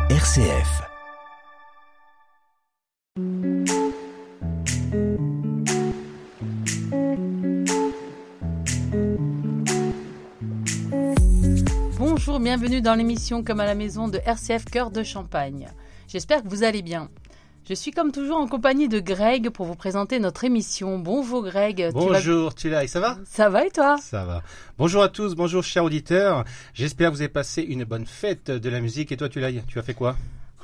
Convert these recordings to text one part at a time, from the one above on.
RCF. Bonjour, bienvenue dans l'émission Comme à la maison de RCF Cœur de Champagne. J'espère que vous allez bien. Je suis comme toujours en compagnie de Greg pour vous présenter notre émission. Bonjour Greg. Bonjour Tulay, ça va ? Ça va et toi ? Ça va. Bonjour à tous, bonjour chers auditeurs. J'espère que vous avez passé une bonne fête de la musique. Et toi Tulay, tu as fait quoi ?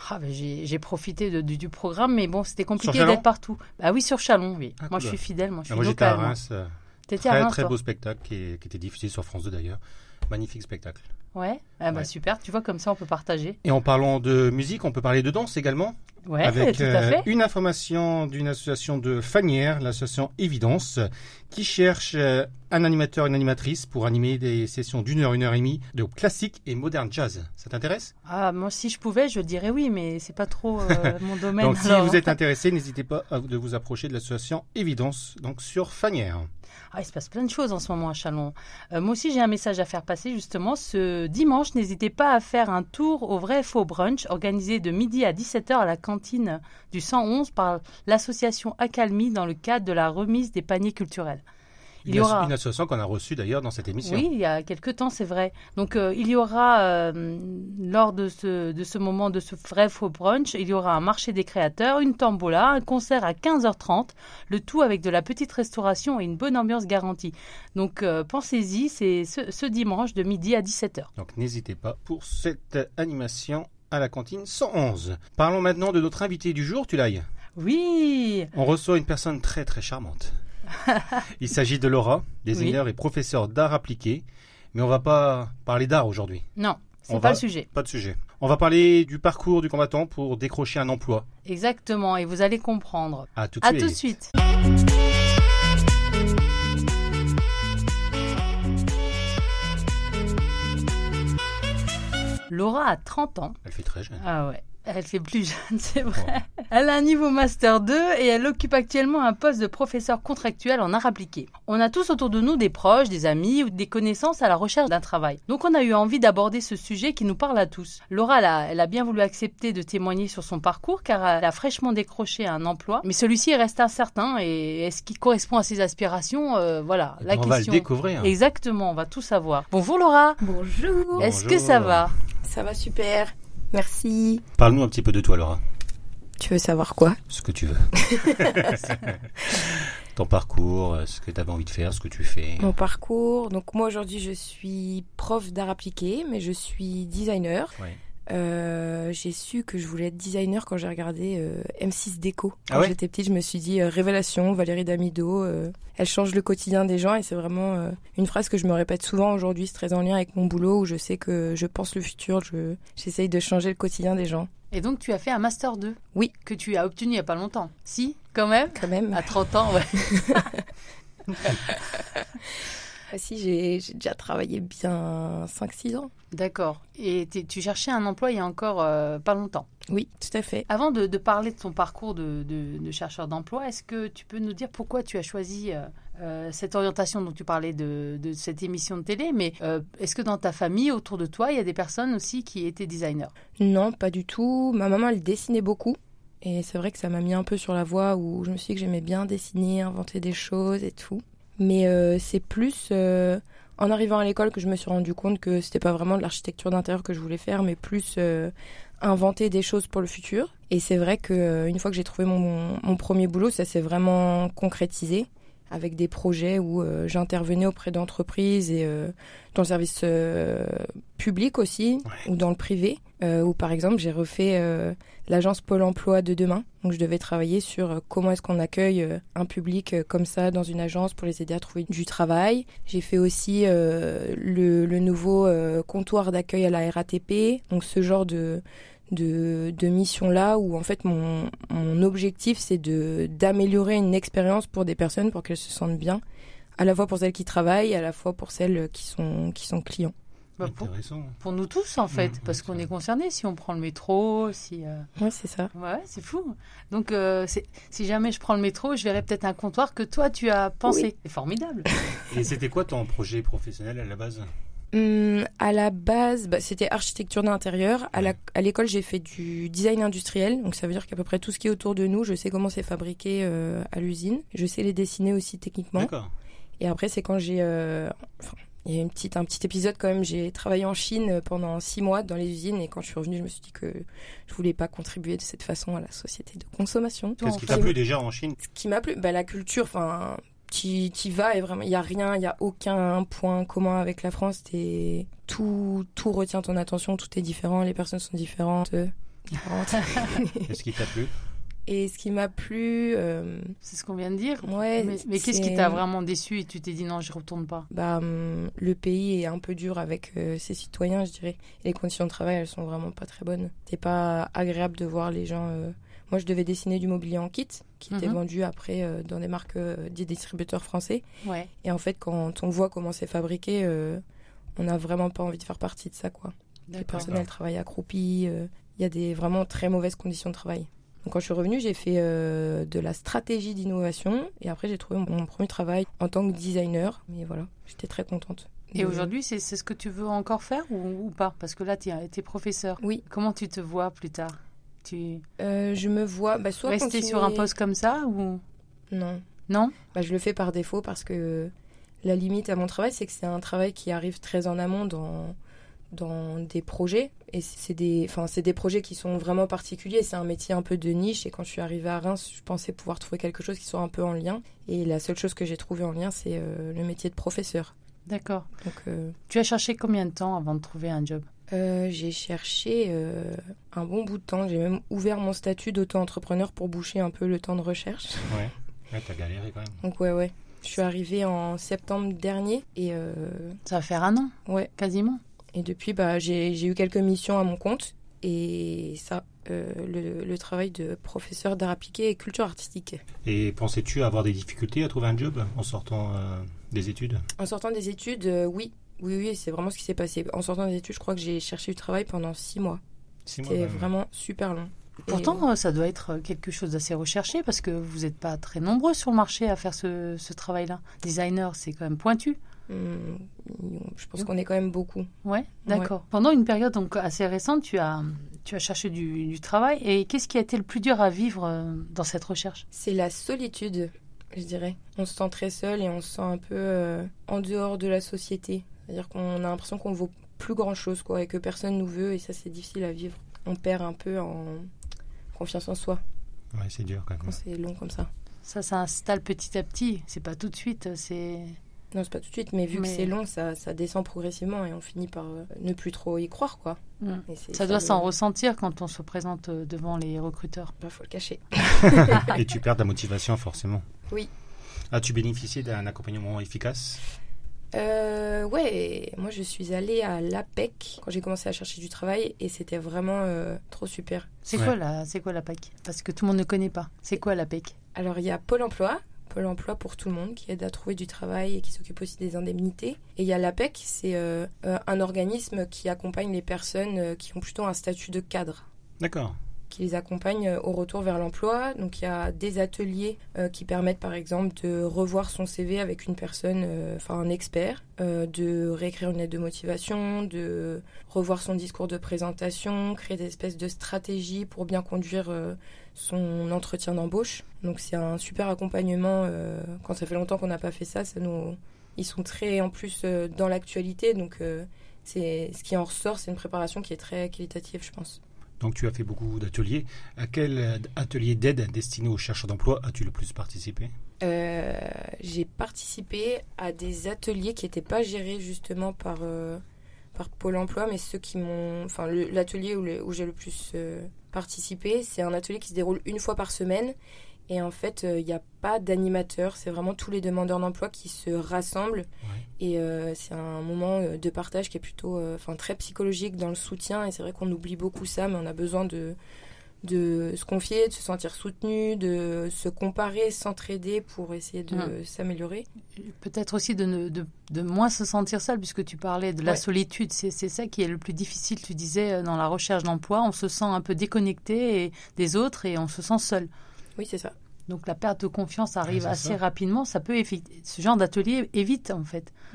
J'ai profité du programme, mais bon, c'était compliqué d'être partout. Bah oui, sur Chalon, oui. Moi, je suis fidèle, moi j'étais à Reims. T'étais à Reims, très beau spectacle qui était diffusé sur France 2 d'ailleurs. Magnifique spectacle. Ouais, super. Tu vois, comme ça, on peut partager. Et en parlant de musique, on peut parler de danse également. Ouais, avec tout à fait. Une information d'une association de Fagnières, l'association Évidence, qui cherche un animateur, une animatrice pour animer des sessions d'1 heure, 1 heure et demie de classique et moderne jazz. Ça t'intéresse ? Ah, moi, si je pouvais, je dirais oui, mais c'est pas trop mon domaine. Donc, si vous êtes intéressé, n'hésitez pas de vous approcher de l'association Évidence, donc sur Fagnières. Il se passe plein de choses en ce moment à Chalon. Moi aussi, j'ai un message à faire passer justement. Ce dimanche, n'hésitez pas à faire un tour au Vrai Faux Brunch organisé de midi à 17h à la cantine du 111 par l'association Accalmie dans le cadre de la remise des paniers culturels. Une association qu'on a reçue d'ailleurs dans cette émission. Oui, il y a quelques temps, c'est vrai. Donc, il y aura, lors de ce moment, de ce vrai faux brunch, il y aura un marché des créateurs, une tombola, un concert à 15h30, le tout avec de la petite restauration et une bonne ambiance garantie. Donc, pensez-y, c'est ce dimanche de midi à 17h. Donc, n'hésitez pas pour cette animation à la cantine 111. Parlons maintenant de notre invité du jour, Tulay. Oui. On reçoit une personne très très charmante. Il s'agit de Laura, designer et professeur d'art appliqué. Mais on va pas parler d'art aujourd'hui. Non, c'est pas le sujet. Pas de sujet. On va parler du parcours du combattant pour décrocher un emploi. Exactement, et vous allez comprendre. À tout de suite. Laura a 30 ans. Elle fait très jeune. Ah ouais. Elle fait plus jeune, c'est vrai. Oh. Elle a un niveau Master 2 et elle occupe actuellement un poste de professeur contractuel en art appliqué. On a tous autour de nous des proches, des amis ou des connaissances à la recherche d'un travail. Donc on a eu envie d'aborder ce sujet qui nous parle à tous. Laura, elle a bien voulu accepter de témoigner sur son parcours car elle a fraîchement décroché un emploi. Mais celui-ci reste incertain et est-ce qu'il correspond à ses aspirations Voilà, la question. On va le découvrir. Exactement, on va tout savoir. Bonjour Laura. Bonjour. Est-ce que ça va ? Ça va super. Merci. Parle-nous un petit peu de toi, Laura. Tu veux savoir quoi ? Ce que tu veux. Ton parcours, ce que tu avais envie de faire, ce que tu fais. Mon parcours. Donc moi aujourd'hui je suis prof d'art appliqué, mais je suis designer. Ouais. J'ai su que je voulais être designer quand j'ai regardé M6 Déco. Quand j'étais petite, je me suis dit révélation, Valérie Damido, elle change le quotidien des gens et c'est vraiment une phrase que je me répète souvent aujourd'hui, c'est très en lien avec mon boulot où je sais que je pense le futur, j'essaye de changer le quotidien des gens. Et donc tu as fait un Master 2 ? Oui. Que tu as obtenu il n'y a pas longtemps ? Si, quand même ? Quand même. À 30 ans, ouais. Si, j'ai déjà travaillé bien 5-6 ans. D'accord. Et tu cherchais un emploi il y a encore pas longtemps ? Oui, tout à fait. Avant de parler de ton parcours de chercheur d'emploi, est-ce que tu peux nous dire pourquoi tu as choisi cette orientation dont tu parlais de cette émission de télé ? Mais est-ce que dans ta famille, autour de toi, il y a des personnes aussi qui étaient designers ? Non, pas du tout. Ma maman, elle dessinait beaucoup. Et c'est vrai que ça m'a mis un peu sur la voie où je me suis dit que j'aimais bien dessiner, inventer des choses et tout. Mais c'est plus en arrivant à l'école que je me suis rendu compte que c'était pas vraiment de l'architecture d'intérieur que je voulais faire, mais plus inventer des choses pour le futur. Et c'est vrai qu'une fois que j'ai trouvé mon premier boulot, ça s'est vraiment concrétisé avec des projets où j'intervenais auprès d'entreprises et dans le service public aussi, ou dans le privé, où par exemple j'ai refait l'agence Pôle emploi de demain. Donc je devais travailler sur comment est-ce qu'on accueille un public comme ça dans une agence pour les aider à trouver du travail. J'ai fait aussi le nouveau comptoir d'accueil à la RATP, donc ce genre de mission-là où en fait mon objectif c'est d'améliorer une expérience pour des personnes pour qu'elles se sentent bien, à la fois pour celles qui travaillent, à la fois pour celles qui sont clients. Pour nous tous en fait, parce qu'on est concernés si on prend le métro, Ouais, c'est ça. Ouais, c'est fou. Donc si jamais je prends le métro, je verrai peut-être un comptoir que toi tu as pensé. Oui. C'est formidable. Et c'était quoi ton projet professionnel à la base ? À la base, c'était architecture d'intérieur. À l'école, j'ai fait du design industriel. Donc, ça veut dire qu'à peu près tout ce qui est autour de nous, je sais comment c'est fabriqué à l'usine. Je sais les dessiner aussi techniquement. D'accord. Et après, c'est quand j'ai... il y a un petit épisode quand même. J'ai travaillé en Chine pendant 6 mois dans les usines. Et quand je suis revenue, je me suis dit que je voulais pas contribuer de cette façon à la société de consommation. Qu'est-ce qui t'a plu déjà en Chine? Ce qui m'a plu, la culture, t'y vas et vraiment, il y a rien, il y a aucun point commun avec la France. Tout retient ton attention, tout est différent, les personnes sont différentes. Qu'est-ce qui t'a plu? Et ce qui m'a plu... C'est ce qu'on vient de dire. Ouais, mais qu'est-ce qui t'a vraiment déçu et tu t'es dit non, je retourne pas? Le pays est un peu dur avec ses citoyens, je dirais. Et les conditions de travail, elles sont vraiment pas très bonnes. C'est pas agréable de voir les gens... Moi, je devais dessiner du mobilier en kit, qui était vendu après dans des marques des distributeurs français. Ouais. Et en fait, quand on voit comment c'est fabriqué, on n'a vraiment pas envie de faire partie de ça, quoi. Les personnels travaillent accroupis. Il y a des vraiment très mauvaises conditions de travail. Donc, quand je suis revenue, j'ai fait de la stratégie d'innovation. Et après, j'ai trouvé mon premier travail en tant que designer. Mais voilà, j'étais très contente. Et aujourd'hui, c'est ce que tu veux encore faire ou pas? Parce que là, tu es professeur. Oui. Comment tu te vois plus tard? Je me vois soit rester continuer... sur un poste comme ça ou non je le fais par défaut parce que la limite à mon travail, c'est que c'est un travail qui arrive très en amont dans des projets et c'est des projets qui sont vraiment particuliers. C'est un métier un peu de niche et quand je suis arrivée à Reims, je pensais pouvoir trouver quelque chose qui soit un peu en lien et la seule chose que j'ai trouvée en lien, c'est le métier de professeur. D'accord. Donc, tu as cherché combien de temps avant de trouver un job? J'ai cherché un bon bout de temps. J'ai même ouvert mon statut d'auto-entrepreneur pour boucher un peu le temps de recherche. Ouais, t'as galéré quand même. Donc ouais. Je suis arrivée en septembre dernier et... Ça va faire 1 an? Ouais. Quasiment. Et depuis, j'ai eu quelques missions à mon compte. Et ça, le travail de professeur d'art appliqué et culture artistique. Et pensais-tu avoir des difficultés à trouver un job en sortant des études? En sortant des études, oui. Oui, c'est vraiment ce qui s'est passé. En sortant des études, je crois que j'ai cherché du travail pendant 6 mois. C'était vraiment super long. Pourtant, ça doit être quelque chose d'assez recherché parce que vous n'êtes pas très nombreux sur le marché à faire ce travail-là. Designer, c'est quand même pointu. Je pense qu'on est quand même beaucoup. Ouais, d'accord. Ouais. Pendant une période donc assez récente, tu as cherché du travail. Et qu'est-ce qui a été le plus dur à vivre dans cette recherche? C'est la solitude, je dirais. On se sent très seul et on se sent un peu en dehors de la société. C'est-à-dire qu'on a l'impression qu'on ne vaut plus grand-chose, quoi, et que personne nous veut, et ça, c'est difficile à vivre. On perd un peu en confiance en soi. Ouais, c'est dur quand même. Quand c'est long comme ça. Ça s'installe petit à petit. C'est pas tout de suite. Non, c'est pas tout de suite, mais vu que c'est long, ça descend progressivement et on finit par ne plus trop y croire, quoi. Ça doit s'en ressentir quand on se présente devant les recruteurs. Faut le cacher. Et tu perds ta motivation, forcément. Oui. As-tu bénéficié d'un accompagnement efficace? Ouais, moi je suis allée à l'APEC quand j'ai commencé à chercher du travail et c'était vraiment trop super. C'est quoi l'APEC? Parce que tout le monde ne connaît pas. C'est quoi l'APEC? Alors il y a Pôle emploi pour tout le monde qui aide à trouver du travail et qui s'occupe aussi des indemnités. Et il y a l'APEC, c'est un organisme qui accompagne les personnes qui ont plutôt un statut de cadre. D'accord. Qui les accompagne au retour vers l'emploi. Donc il y a des ateliers qui permettent par exemple de revoir son CV avec une personne, un expert, de réécrire une lettre de motivation, de revoir son discours de présentation, créer des espèces de stratégies pour bien conduire son entretien d'embauche. Donc c'est un super accompagnement. Quand ça fait longtemps qu'on n'a pas fait ça, ils sont très en plus dans l'actualité. Donc ce qui en ressort, c'est une préparation qui est très qualitative, je pense. Donc tu as fait beaucoup d'ateliers. À quel atelier d'aide destiné aux chercheurs d'emploi as-tu le plus participé? J'ai participé à des ateliers qui n'étaient pas gérés justement par Pôle emploi, mais ceux qui m'ont... l'atelier où j'ai le plus participé, c'est un atelier qui se déroule 1 fois par semaine. Et en fait, il n'y a pas d'animateur. C'est vraiment tous les demandeurs d'emploi qui se rassemblent. Ouais. Et c'est un moment de partage qui est plutôt très psychologique dans le soutien. Et c'est vrai qu'on oublie beaucoup ça, mais on a besoin de se confier, de se sentir soutenu, de se comparer, s'entraider pour essayer de s'améliorer. Peut-être aussi de moins se sentir seul, puisque tu parlais de la solitude. C'est ça qui est le plus difficile, tu disais, dans la recherche d'emploi. On se sent un peu déconnecté des autres et on se sent seul. Oui, c'est ça. Donc la perte de confiance arrive assez rapidement. Ça peut ce genre d'atelier évite en fait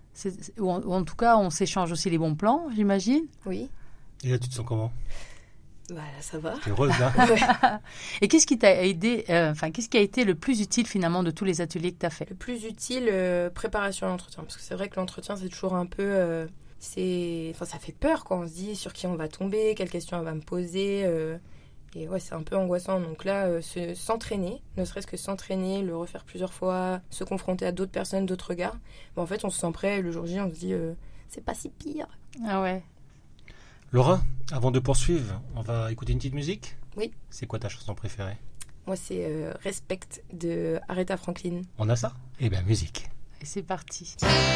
Ou en tout cas, on s'échange aussi les bons plans, j'imagine. Oui. Et là, tu te sens comment? Là, ça va. T'es heureuse, là? Et qu'est-ce qui t'a aidé, qu'est-ce qui a été le plus utile finalement de tous les ateliers que tu as fait? Le plus utile, préparation à l'entretien. Parce que c'est vrai que l'entretien, c'est toujours un peu... ça fait peur quand on se dit sur qui on va tomber, quelles questions on va me poser. Et ouais, c'est un peu angoissant. Donc là, s'entraîner, ne serait-ce que s'entraîner, le refaire plusieurs fois, se confronter à d'autres personnes, d'autres regards. En fait, on se sent prêt. Le jour J, on se dit, c'est pas si pire. Ah ouais. Laura, avant de poursuivre, on va écouter une petite musique? Oui. C'est quoi ta chanson préférée? Moi, c'est Respect de Aretha Franklin. On a ça? Eh bien, musique. Et c'est parti.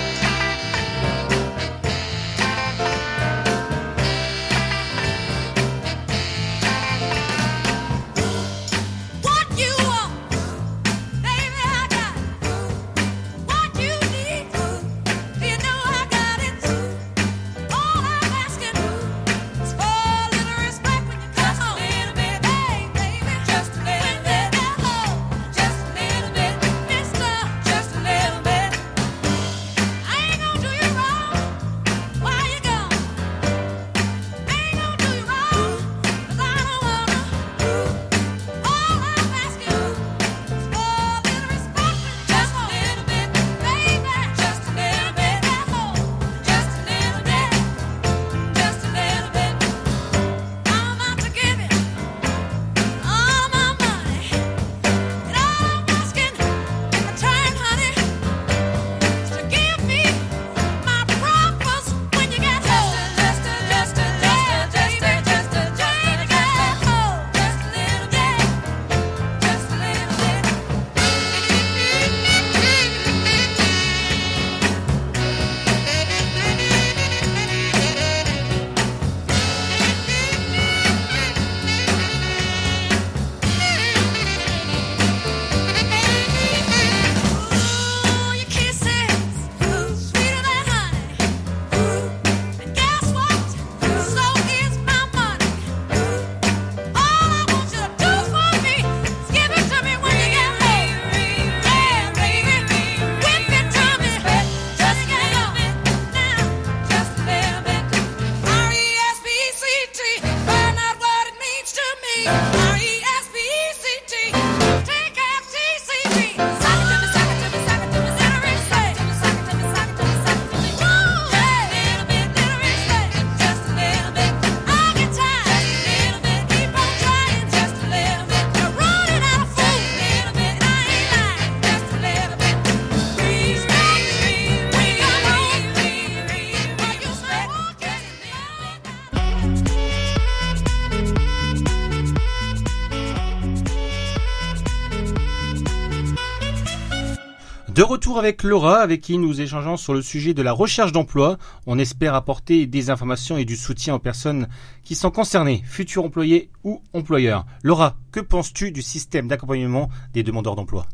De retour avec Laura, avec qui nous échangeons sur le sujet de la recherche d'emploi. On espère apporter des informations et du soutien aux personnes qui sont concernées, futurs employés ou employeurs. Laura, que penses-tu du système d'accompagnement des demandeurs d'emploi?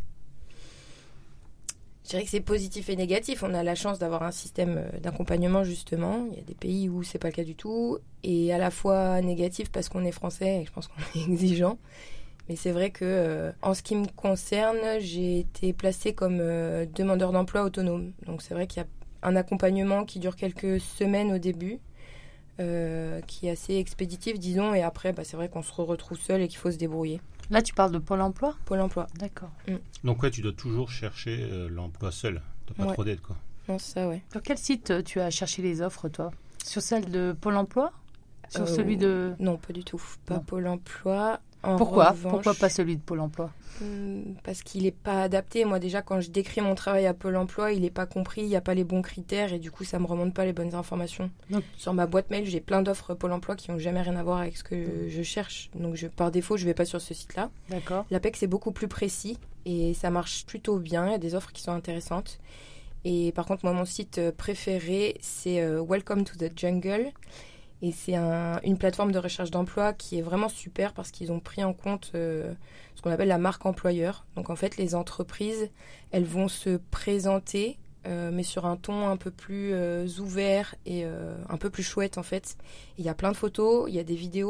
Je dirais que c'est positif et négatif. On a la chance d'avoir un système d'accompagnement, justement. Il y a des pays où c'est pas le cas du tout. Et à la fois négatif parce qu'on est français et je pense qu'on est exigeant. Mais c'est vrai que, en ce qui me concerne, j'ai été placée comme demandeur d'emploi autonome. Donc c'est vrai qu'il y a un accompagnement qui dure quelques semaines au début, qui est assez expéditif, disons. Et après, c'est vrai qu'on se retrouve seul et qu'il faut se débrouiller. Là, tu parles de Pôle emploi? Pôle emploi. D'accord. Donc ouais, tu dois toujours chercher l'emploi seul. T'as pas trop d'aide, quoi. Non, c'est ça, ouais. Sur quel site tu as cherché les offres, toi? Sur celle de Pôle emploi? Sur celui de... Non, pas du tout. Pas non. Pôle emploi. Pourquoi pas celui de Pôle emploi? Parce qu'il n'est pas adapté. Moi, déjà, quand je décris mon travail à Pôle emploi, il n'est pas compris, il n'y a pas les bons critères et du coup, ça ne me remonte pas les bonnes informations. Donc, sur ma boîte mail, j'ai plein d'offres Pôle emploi qui n'ont jamais rien à voir avec ce que je cherche. Donc, par défaut, je ne vais pas sur ce site-là. D'accord. L'APEC, c'est beaucoup plus précis et ça marche plutôt bien. Il y a des offres qui sont intéressantes. Et par contre, moi, mon site préféré, c'est Welcome to the Jungle. Et c'est une plateforme de recherche d'emploi qui est vraiment super parce qu'ils ont pris en compte ce qu'on appelle la marque employeur. Donc en fait, les entreprises, elles vont se présenter, mais sur un ton un peu plus ouvert et un peu plus chouette en fait. Il y a plein de photos, il y a des vidéos,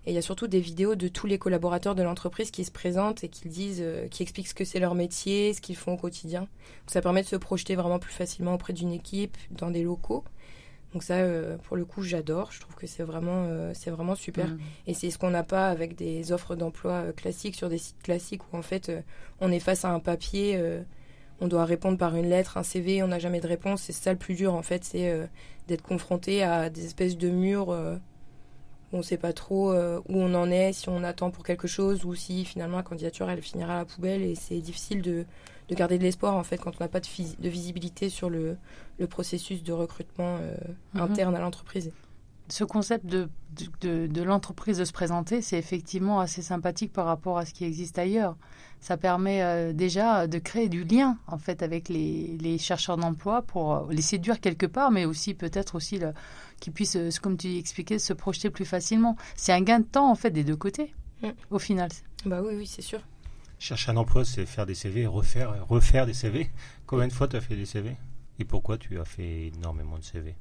Et il y a surtout des vidéos de tous les collaborateurs de l'entreprise qui se présentent et qui disent, qui expliquent ce que c'est leur métier, ce qu'ils font au quotidien. Donc ça permet de se projeter vraiment plus facilement auprès d'une équipe, dans des locaux. Donc ça, pour le coup, j'adore. Je trouve que c'est vraiment super. Et c'est ce qu'on n'a pas avec des offres d'emploi classiques sur des sites classiques où en fait, on est face à un papier, on doit répondre par une lettre, un CV, on n'a jamais de réponse. C'est ça le plus dur en fait, c'est d'être confronté à des espèces de murs où on ne sait pas trop où on en est, si on attend pour quelque chose ou si finalement la candidature elle finira à la poubelle. Et c'est difficile de garder de l'espoir en fait quand on n'a pas de visibilité sur le processus de recrutement interne à l'entreprise. Ce concept de l'entreprise de se présenter, c'est effectivement assez sympathique par rapport à ce qui existe ailleurs. Ça permet déjà de créer du lien en fait avec les chercheurs d'emploi pour les séduire quelque part, mais aussi peut-être aussi qu'ils puissent, comme tu expliquais, se projeter plus facilement. C'est un gain de temps en fait des deux côtés, au final. Bah oui, c'est sûr. Chercher un emploi, c'est faire des CV, refaire des CV. Combien de fois tu as fait des CV? Et pourquoi tu as fait énormément de CV?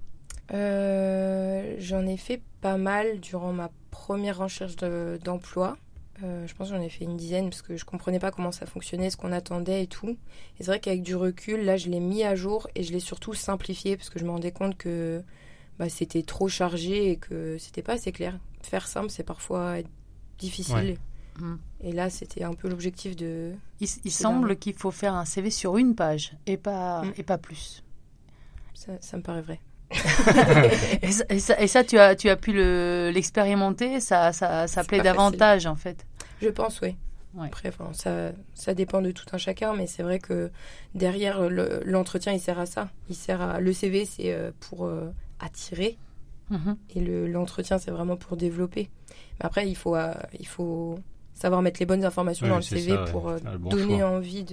J'en ai fait pas mal durant ma première recherche d'emploi. Je pense que j'en ai fait une dizaine parce que je comprenais pas comment ça fonctionnait, ce qu'on attendait et tout. Et c'est vrai qu'avec du recul, là, je l'ai mis à jour et je l'ai surtout simplifié parce que je me rendais compte que c'était trop chargé et que c'était pas assez clair. Faire simple, c'est parfois difficile. Ouais. Et là, c'était un peu l'objectif de... Il semble qu'il faut faire un CV sur une page et pas plus. Ça me paraît vrai. et ça, tu as pu l'expérimenter, ça plaît davantage en fait. Je pense, oui. Ouais. Après, ça dépend de tout un chacun, mais c'est vrai que derrière l'entretien, il sert à ça. Le CV, c'est pour attirer, et l'entretien, c'est vraiment pour développer. Mais après, il faut savoir mettre les bonnes informations dans le CV pour donner envie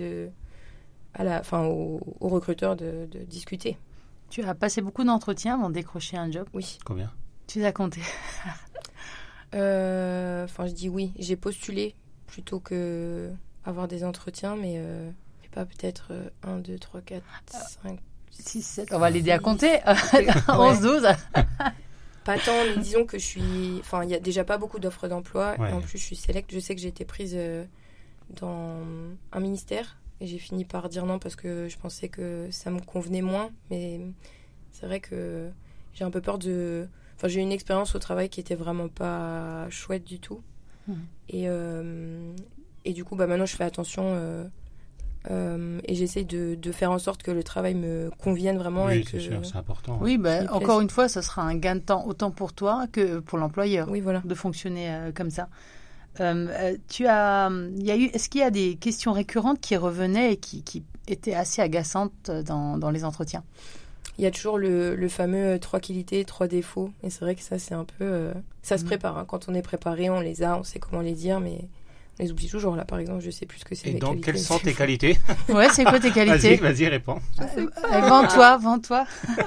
aux recruteurs de discuter. Tu as passé beaucoup d'entretiens avant de décrocher un job? Oui. Combien? Tu les as comptés? Je dis oui. J'ai postulé plutôt que avoir des entretiens, mais pas peut-être 1, 2, 3, 4, 5, 6, 7. On va l'aider à compter. 11, 12. Pas tant, mais disons que il y a déjà pas beaucoup d'offres d'emploi. Ouais. Et en plus, je suis sélecte. Je sais que j'ai été prise dans un ministère. Et j'ai fini par dire non parce que je pensais que ça me convenait moins. Mais c'est vrai que j'ai un peu peur de... j'ai eu une expérience au travail qui était vraiment pas chouette du tout. Et du coup, maintenant, je fais attention et j'essaye de faire en sorte que le travail me convienne vraiment. Oui, et c'est sûr, c'est important. Oui, encore une fois, ça sera un gain de temps autant pour toi que pour l'employeur. Oui, voilà. De fonctionner comme ça. Est-ce qu'il y a des questions récurrentes qui revenaient et qui étaient assez agaçantes dans les entretiens? Il y a toujours le fameux 3 qualités, 3 défauts. Et c'est vrai que ça, c'est un peu... ça se prépare. Hein. Quand on est préparé, on les a, on sait comment les dire, mais on les oublie toujours. Là, par exemple, je sais plus ce que c'est. Et donc, quelles sont tes qualités? Ouais, c'est quoi tes qualités? Vas-y, réponds. Vends-toi.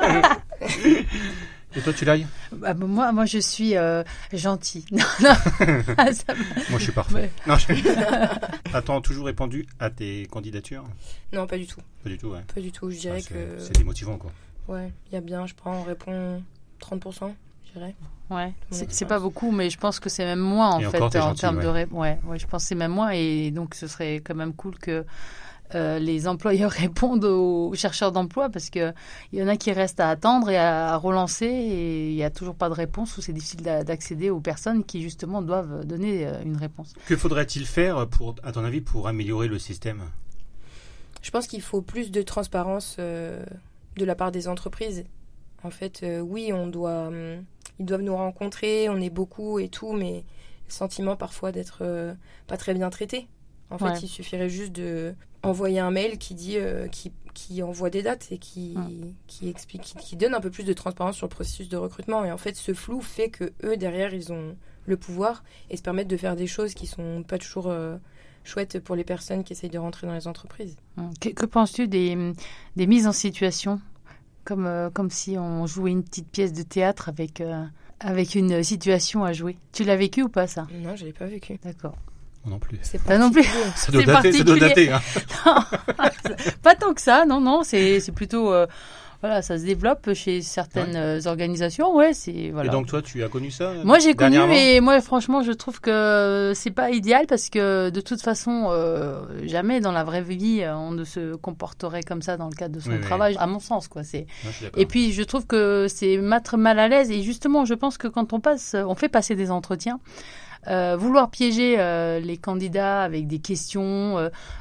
Et toi, tu l'ailles? Moi, je suis gentille. Non. Moi, je suis parfait. Ouais. Non, Attends, toujours répondu à tes candidatures? Non, pas du tout. Pas du tout, ouais. Pas du tout, je dirais que... C'est démotivant, quoi. Ouais, il y a bien, on répond 30%, je dirais. Ouais, c'est pas beaucoup, mais je pense que c'est même moins, en fait, en termes de réponse. Ouais, je pense que c'est même moins, et donc ce serait quand même cool que... les employeurs répondent aux chercheurs d'emploi parce qu'il y en a qui restent à attendre et à relancer et il n'y a toujours pas de réponse ou c'est difficile d'accéder aux personnes qui justement doivent donner une réponse. Que faudrait-il faire, à ton avis, pour améliorer le système? Je pense qu'il faut plus de transparence de la part des entreprises. En fait, oui, ils doivent nous rencontrer, on est beaucoup et tout, mais le sentiment parfois d'être pas très bien traité. En fait, il suffirait juste de envoyer un mail qui dit, qui envoie des dates et qui explique, qui donne un peu plus de transparence sur le processus de recrutement. Et en fait, ce flou fait que eux derrière, ils ont le pouvoir et se permettent de faire des choses qui sont pas toujours chouettes pour les personnes qui essayent de rentrer dans les entreprises. Que penses-tu des mises en situation, comme si on jouait une petite pièce de théâtre avec une situation à jouer? Tu l'as vécu ou pas, ça? Non, je l'ai pas vécu. D'accord. Non plus. Pas non plus. Ça doit dater. Hein. Non, pas tant que ça. Non, c'est plutôt. voilà, ça se développe chez certaines organisations. Ouais, c'est voilà. Et donc toi, tu as connu ça Moi, j'ai connu, dernièrement et moi, franchement, je trouve que c'est pas idéal parce que de toute façon, jamais dans la vraie vie, on ne se comporterait comme ça dans le cadre de son travail, à mon sens, quoi. C'est. Ouais, je suis d'accord. Et puis, je trouve que c'est mettre mal à l'aise. Et justement, je pense que quand on fait passer des entretiens. Vouloir piéger les candidats avec des questions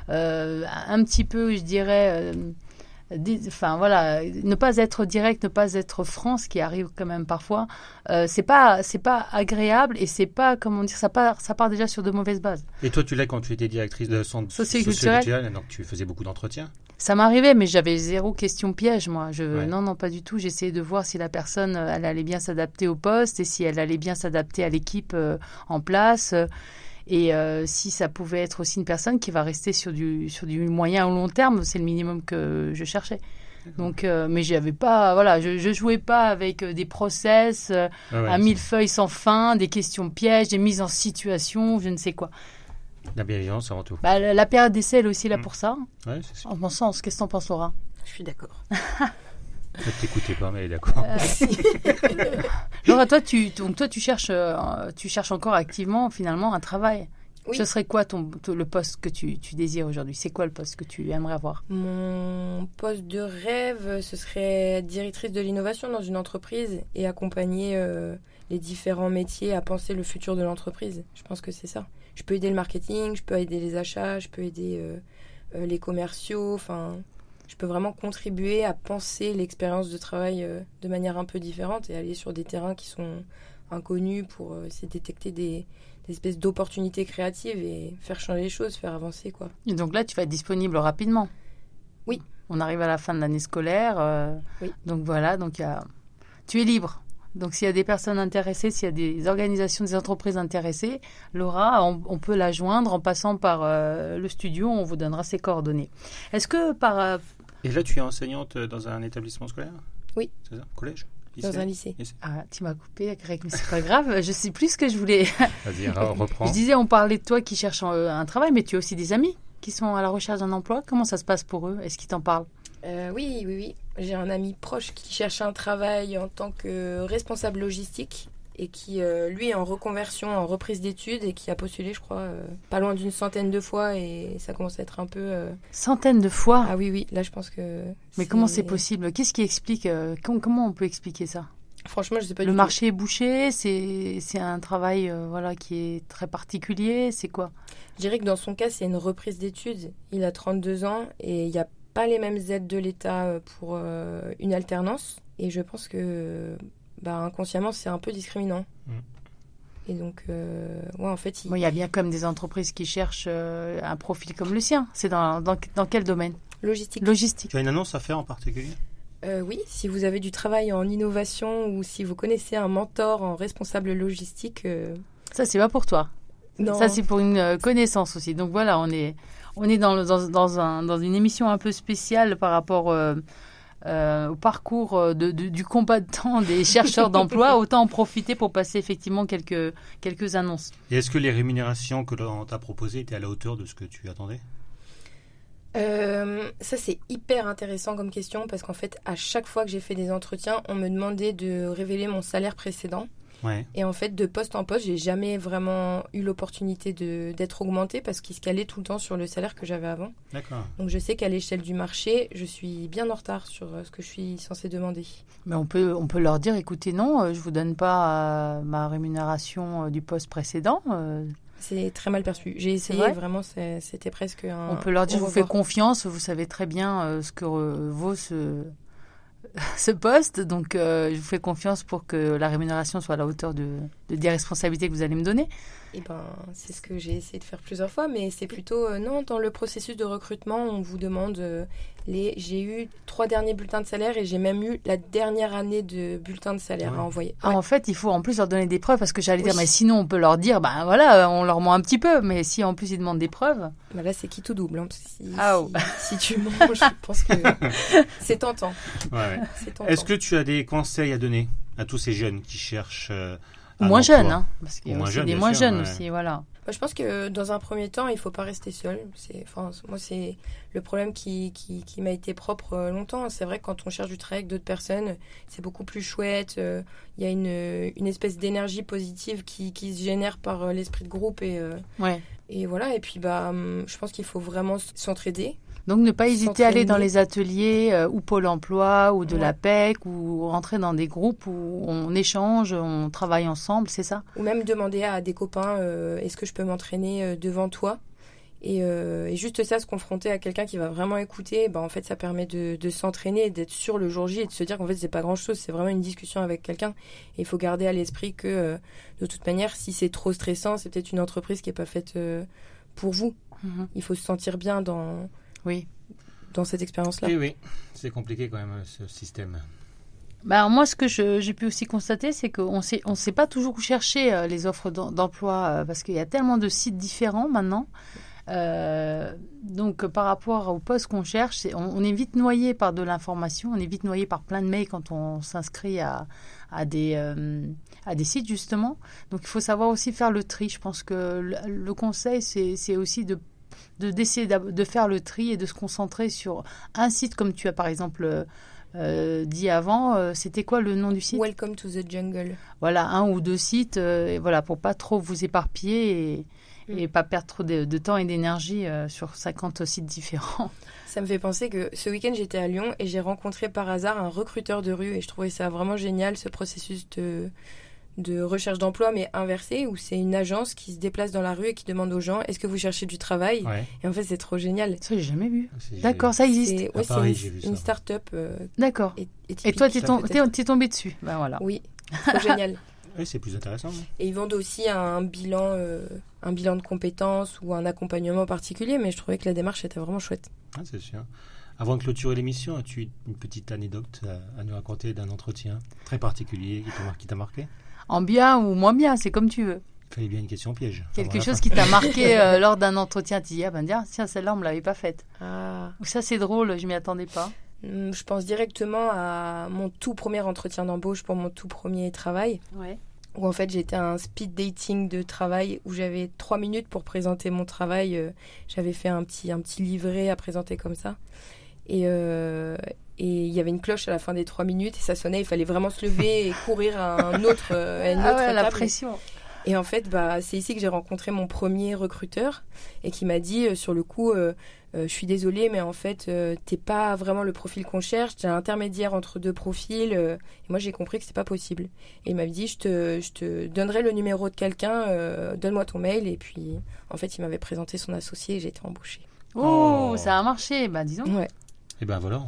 un petit peu, je dirais, enfin voilà, ne pas être direct, ne pas être franc, ce qui arrive quand même parfois, c'est pas agréable et c'est pas, comment dire, ça part déjà sur de mauvaises bases. Et toi, tu l'as quand tu étais directrice de centre socio-culturel, donc tu faisais beaucoup d'entretiens. Ça m'arrivait, mais j'avais zéro question piège, moi. Ouais. Non, pas du tout. J'essayais de voir si la personne, elle allait bien s'adapter au poste et si elle allait bien s'adapter à l'équipe en place. Et si ça pouvait être aussi une personne qui va rester sur du moyen ou long terme, c'est le minimum que je cherchais. Donc, mais j'avais pas, voilà, je jouais pas avec des process à 1000 feuilles sans fin, des questions pièges, des mises en situation, je ne sais quoi. La bienveillance avant tout. Bah, la période d'essai, elle est aussi là pour ça. Ouais, c'est sûr. En mon sens, qu'est-ce que t'en penses, Laura ? Je suis d'accord. Ne t'écoutez pas, mais elle est d'accord. Laura, toi, tu cherches encore activement, finalement, un travail. Oui. Ce serait quoi le poste que tu désires aujourd'hui ? C'est quoi le poste que tu aimerais avoir ? Mon poste de rêve, ce serait directrice de l'innovation dans une entreprise et accompagner les différents métiers à penser le futur de l'entreprise. Je pense que c'est ça. Je peux aider le marketing, je peux aider les achats, je peux aider les commerciaux. Enfin, je peux vraiment contribuer à penser l'expérience de travail de manière un peu différente et aller sur des terrains qui sont inconnus pour essayer de détecter des espèces d'opportunités créatives et faire changer les choses, faire avancer, quoi. Et donc là, tu vas être disponible rapidement. Oui. On arrive à la fin de l'année scolaire. Oui. Donc voilà, tu es libre. Donc s'il y a des personnes intéressées, s'il y a des organisations, des entreprises intéressées, Laura, on peut la joindre en passant par le studio, on vous donnera ses coordonnées. Est-ce que Et là, tu es enseignante dans un établissement scolaire ? Oui. C'est ça ? Collège ? Dans un lycée. Ah, tu m'as coupé, Greg, mais c'est pas grave, je sais plus ce que je voulais. Vas-y, reprends. Je disais, on parlait de toi qui cherche un travail, mais tu as aussi des amis qui sont à la recherche d'un emploi. Comment ça se passe pour eux ? Est-ce qu'ils t'en parlent ? Oui. J'ai un ami proche qui cherche un travail en tant que responsable logistique et qui, lui, est en reconversion, en reprise d'études et qui a postulé, je crois, pas loin d'une centaine de fois et ça commence à être un peu... Centaines de fois ? Ah oui, là, je pense que... Mais comment c'est possible ? Qu'est-ce qui explique comment on peut expliquer ça ? Franchement, je sais pas Le marché est bouché, c'est un travail qui est très particulier, c'est quoi ? Je dirais que dans son cas, c'est une reprise d'études. Il a 32 ans et il n'y a pas les mêmes aides de l'État pour une alternance. Et je pense que inconsciemment, c'est un peu discriminant. Et donc, en fait... Il y a bien comme des entreprises qui cherchent un profil comme le sien. C'est dans quel domaine ? Logistique. Tu as une annonce à faire en particulier ? Oui, si vous avez du travail en innovation ou si vous connaissez un mentor en responsable logistique... Ça, c'est pas pour toi. Non. Ça, c'est pour une connaissance aussi. Donc voilà, on est dans une émission un peu spéciale par rapport au parcours du combattant des chercheurs d'emploi. Autant en profiter pour passer effectivement quelques annonces. Et est-ce que les rémunérations que l'on t'a proposées étaient à la hauteur de ce que tu attendais ? Ça, c'est hyper intéressant comme question parce qu'en fait, à chaque fois que j'ai fait des entretiens, on me demandait de révéler mon salaire précédent. Ouais. Et en fait, de poste en poste, j'ai jamais vraiment eu l'opportunité d'être augmentée parce qu'il se calait tout le temps sur le salaire que j'avais avant. D'accord. Donc je sais qu'à l'échelle du marché, je suis bien en retard sur ce que je suis censée demander. Mais on peut leur dire, écoutez, non, je vous donne pas ma rémunération du poste précédent. C'est très mal perçu. J'ai essayé, vraiment, c'était presque un... On peut leur dire, je vous fais confiance, vous savez très bien ce que vaut ce poste, donc je vous fais confiance pour que la rémunération soit à la hauteur des responsabilités que vous allez me donner. Et c'est ce que j'ai essayé de faire plusieurs fois, mais c'est plutôt non, dans le processus de recrutement, on vous demande j'ai eu 3 derniers bulletins de salaire et j'ai même eu la dernière année de bulletin de salaire à envoyer. Ah, en fait, il faut en plus leur donner des preuves parce que j'allais dire, mais sinon on peut leur dire, on leur ment un petit peu, mais si en plus ils demandent des preuves. Là, c'est qui tout double. Hein, si tu mens, je pense que c'est tentant. Ouais. C'est tentant. Est-ce que tu as des conseils à donner à tous ces jeunes qui cherchent moins jeunes, hein, parce qu'il y a aussi des moins jeunes aussi, voilà. Je pense que dans un premier temps, il ne faut pas rester seul. Moi, c'est le problème qui m'a été propre longtemps. C'est vrai que quand on cherche du travail avec d'autres personnes, c'est beaucoup plus chouette. Il y a une espèce d'énergie positive qui se génère par l'esprit de groupe. Et voilà. Et puis, je pense qu'il faut vraiment s'entraider. Donc, ne pas hésiter à aller dans les ateliers ou Pôle emploi ou de l'APEC ou rentrer dans des groupes où on échange, on travaille ensemble, c'est ça ? Ou même demander à des copains, est-ce que je peux m'entraîner devant toi ? Et juste ça, se confronter à quelqu'un qui va vraiment écouter, en fait, ça permet de s'entraîner, d'être sûr le jour J et de se dire qu'en fait, c'est pas grand-chose, c'est vraiment une discussion avec quelqu'un. Et il faut garder à l'esprit que, de toute manière, si c'est trop stressant, c'est peut-être une entreprise qui n'est pas faite pour vous. Mm-hmm. Il faut se sentir bien dans cette expérience-là. Oui, c'est compliqué quand même, ce système. Moi, ce que j'ai pu aussi constater, c'est qu'on ne sait pas toujours où chercher les offres d'emploi parce qu'il y a tellement de sites différents maintenant. Donc, par rapport au poste qu'on cherche, on est vite noyé par de l'information, on est vite noyé par plein de mails quand on s'inscrit à des sites, justement. Donc, il faut savoir aussi faire le tri. Je pense que le conseil, c'est aussi d'essayer de faire le tri et de se concentrer sur un site, comme tu as par exemple dit avant. C'était quoi le nom du site ? Welcome to the Jungle. Voilà, 1 ou 2 sites, pour pas trop vous éparpiller et pas perdre trop de temps et d'énergie sur 50 sites différents. Ça me fait penser que ce week-end, j'étais à Lyon et j'ai rencontré par hasard un recruteur de rue et je trouvais ça vraiment génial, ce processus de recherche d'emploi, mais inversé, où c'est une agence qui se déplace dans la rue et qui demande aux gens, est-ce que vous cherchez du travail ? Et en fait, c'est trop génial. Ça, j'ai jamais vu. D'accord, ça existe. C'est une start-up. D'accord. Et toi, t'es tombé dessus. Voilà. Oui, trop génial. Oui, c'est plus intéressant. Et ils vendent aussi un bilan de compétences ou un accompagnement particulier, mais je trouvais que la démarche était vraiment chouette. Ah, c'est sûr. Avant de clôturer l'émission, as-tu une petite anecdote à nous raconter d'un entretien très particulier qui t'a marqué ? En bien ou moins bien, c'est comme tu veux. Il fallait bien une question piège. Quelque chose qui t'a marqué lors d'un entretien, tu dis, tiens, celle-là, on me l'avait pas faite. Ou ça, c'est drôle, je m'y attendais pas. Je pense directement à mon tout premier entretien d'embauche pour mon tout premier travail. Où en fait, j'étais à un speed dating de travail où j'avais 3 minutes pour présenter mon travail. J'avais fait un petit livret à présenter comme ça. Et il y avait une cloche à la fin des 3 minutes et ça sonnait, il fallait vraiment se lever et courir à une autre table. La pression. Et en fait, c'est ici que j'ai rencontré mon premier recruteur et qui m'a dit sur le coup, je suis désolée, mais en fait, t'es pas vraiment le profil qu'on cherche, t'es un intermédiaire entre 2 profils. Et moi, j'ai compris que c'est pas possible. Et il m'a dit, je te donnerai le numéro de quelqu'un, donne-moi ton mail. Et puis, en fait, il m'avait présenté son associé et j'ai été embauchée. Oh, ça a marché, disons. Ouais. Et voilà,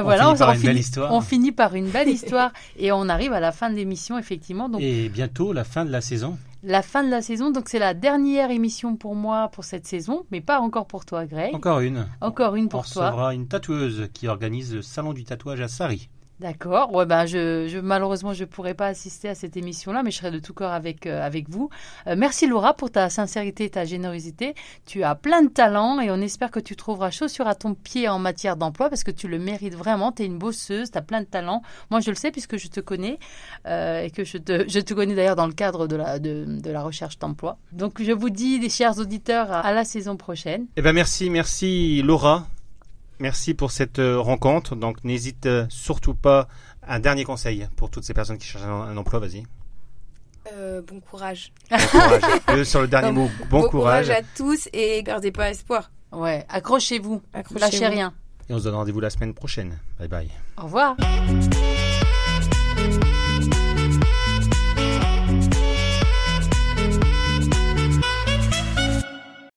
on finit par une belle histoire. Et on arrive à la fin de l'émission, effectivement. Donc, et bientôt, la fin de la saison. La fin de la saison, donc c'est la dernière émission pour moi pour cette saison, mais pas encore pour toi, Greg. Encore une pour toi. On recevra une tatoueuse qui organise le salon du tatouage à Sarri. D'accord. Malheureusement, je pourrais pas assister à cette émission-là, mais je serai de tout cœur avec vous. Merci Laura pour ta sincérité et ta générosité. Tu as plein de talent et on espère que tu trouveras chaussure à ton pied en matière d'emploi parce que tu le mérites vraiment. Tu es une bosseuse, tu as plein de talent. Moi, je le sais puisque je te connais et que je te connais d'ailleurs dans le cadre de la recherche d'emploi. Donc, je vous dis, les chers auditeurs, à la saison prochaine. Merci Laura. Merci pour cette rencontre. Donc, n'hésite surtout pas. Un dernier conseil pour toutes ces personnes qui cherchent un emploi, vas-y. Bon courage. Bon courage. Sur le dernier mot, bon courage. À tous et gardez pas espoir. Ouais, accrochez-vous. Lâchez rien. Et on se donne rendez-vous la semaine prochaine. Bye bye. Au revoir.